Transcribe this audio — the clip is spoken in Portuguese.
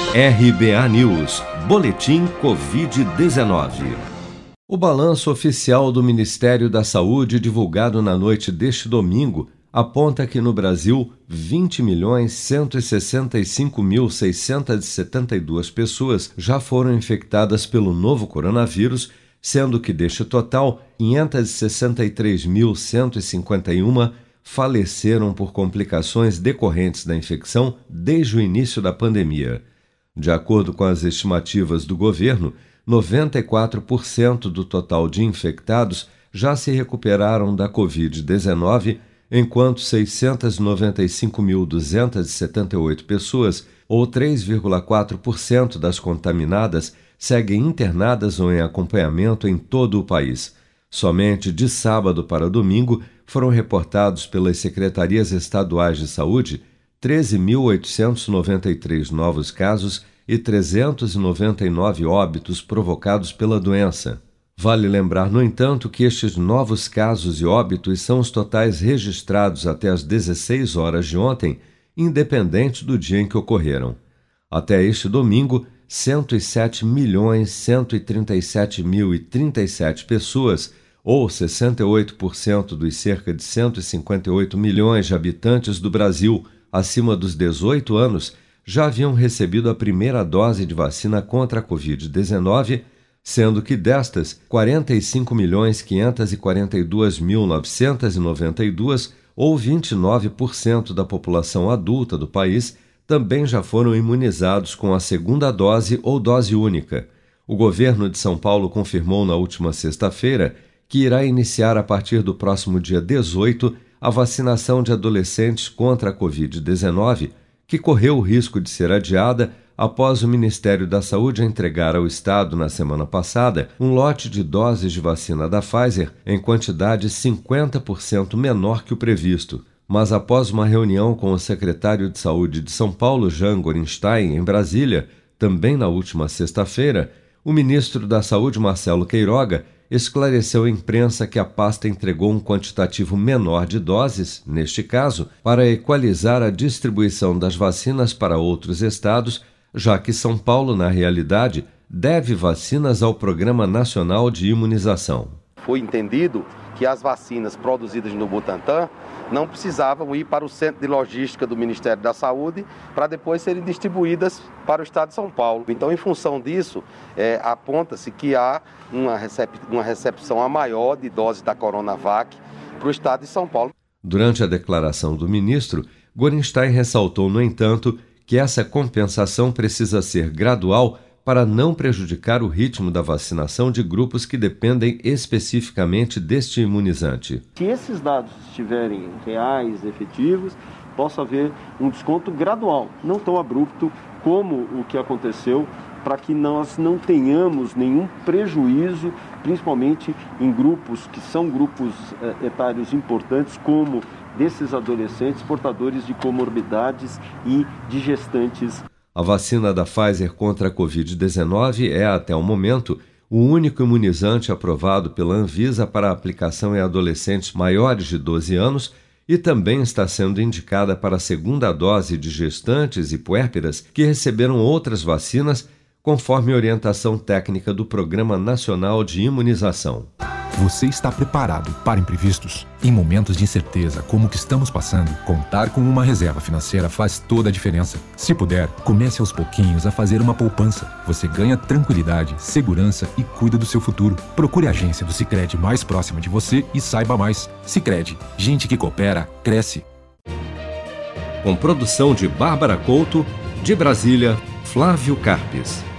RBA News, Boletim Covid-19. O balanço oficial do Ministério da Saúde, divulgado na noite deste domingo, aponta que no Brasil 20.165.672 pessoas já foram infectadas pelo novo coronavírus, sendo que deste total, 563.151 faleceram por complicações decorrentes da infecção desde o início da pandemia. De acordo com as estimativas do governo, 94% do total de infectados já se recuperaram da Covid-19, enquanto 695.278 pessoas, ou 3,4% das contaminadas, seguem internadas ou em acompanhamento em todo o país. Somente de sábado para domingo foram reportados pelas secretarias estaduais de saúde 13.893 novos casos e 399 óbitos provocados pela doença. Vale lembrar, no entanto, que estes novos casos e óbitos são os totais registrados até às 16 horas de ontem, independente do dia em que ocorreram. Até este domingo, 107.137.037 pessoas, ou 68% dos cerca de 158 milhões de habitantes do Brasil acima dos 18 anos, já haviam recebido a primeira dose de vacina contra a Covid-19, sendo que destas, 45.542.992, ou 29% da população adulta do país, também já foram imunizados com a segunda dose ou dose única. O governo de São Paulo confirmou na última sexta-feira que irá iniciar a partir do próximo dia 18 a vacinação de adolescentes contra a Covid-19, que correu o risco de ser adiada após o Ministério da Saúde entregar ao Estado, na semana passada, um lote de doses de vacina da Pfizer em quantidade 50% menor que o previsto. Mas após uma reunião com o secretário de Saúde de São Paulo, Jean Gorenstein, em Brasília, também na última sexta-feira, o ministro da Saúde, Marcelo Queiroga, esclareceu à imprensa que a pasta entregou um quantitativo menor de doses, neste caso, para equalizar a distribuição das vacinas para outros estados, já que São Paulo, na realidade, deve vacinas ao Programa Nacional de Imunização. Foi entendido que as vacinas produzidas no Butantan não precisavam ir para o centro de logística do Ministério da Saúde para depois serem distribuídas para o Estado de São Paulo. Então, em função disso, aponta-se que há uma recepção a maior de doses da Coronavac para o Estado de São Paulo. Durante a declaração do ministro, Gorenstein ressaltou, no entanto, que essa compensação precisa ser gradual para não prejudicar o ritmo da vacinação de grupos que dependem especificamente deste imunizante. Se esses dados estiverem reais, efetivos, possa haver um desconto gradual, não tão abrupto como o que aconteceu, para que nós não tenhamos nenhum prejuízo, principalmente em grupos que são grupos etários importantes, como desses adolescentes portadores de comorbidades e de gestantes. A vacina da Pfizer contra a Covid-19 é, até o momento, o único imunizante aprovado pela Anvisa para aplicação em adolescentes maiores de 12 anos e também está sendo indicada para a segunda dose de gestantes e puérperas que receberam outras vacinas, conforme orientação técnica do Programa Nacional de Imunização. Você está preparado para imprevistos? Em momentos de incerteza como o que estamos passando, contar com uma reserva financeira faz toda a diferença. Se puder, comece aos pouquinhos a fazer uma poupança. Você ganha tranquilidade, segurança e cuida do seu futuro. Procure a agência do Sicredi mais próxima de você e saiba mais. Sicredi, gente que coopera, cresce. Com produção de Bárbara Couto, de Brasília, Flávio Carpes.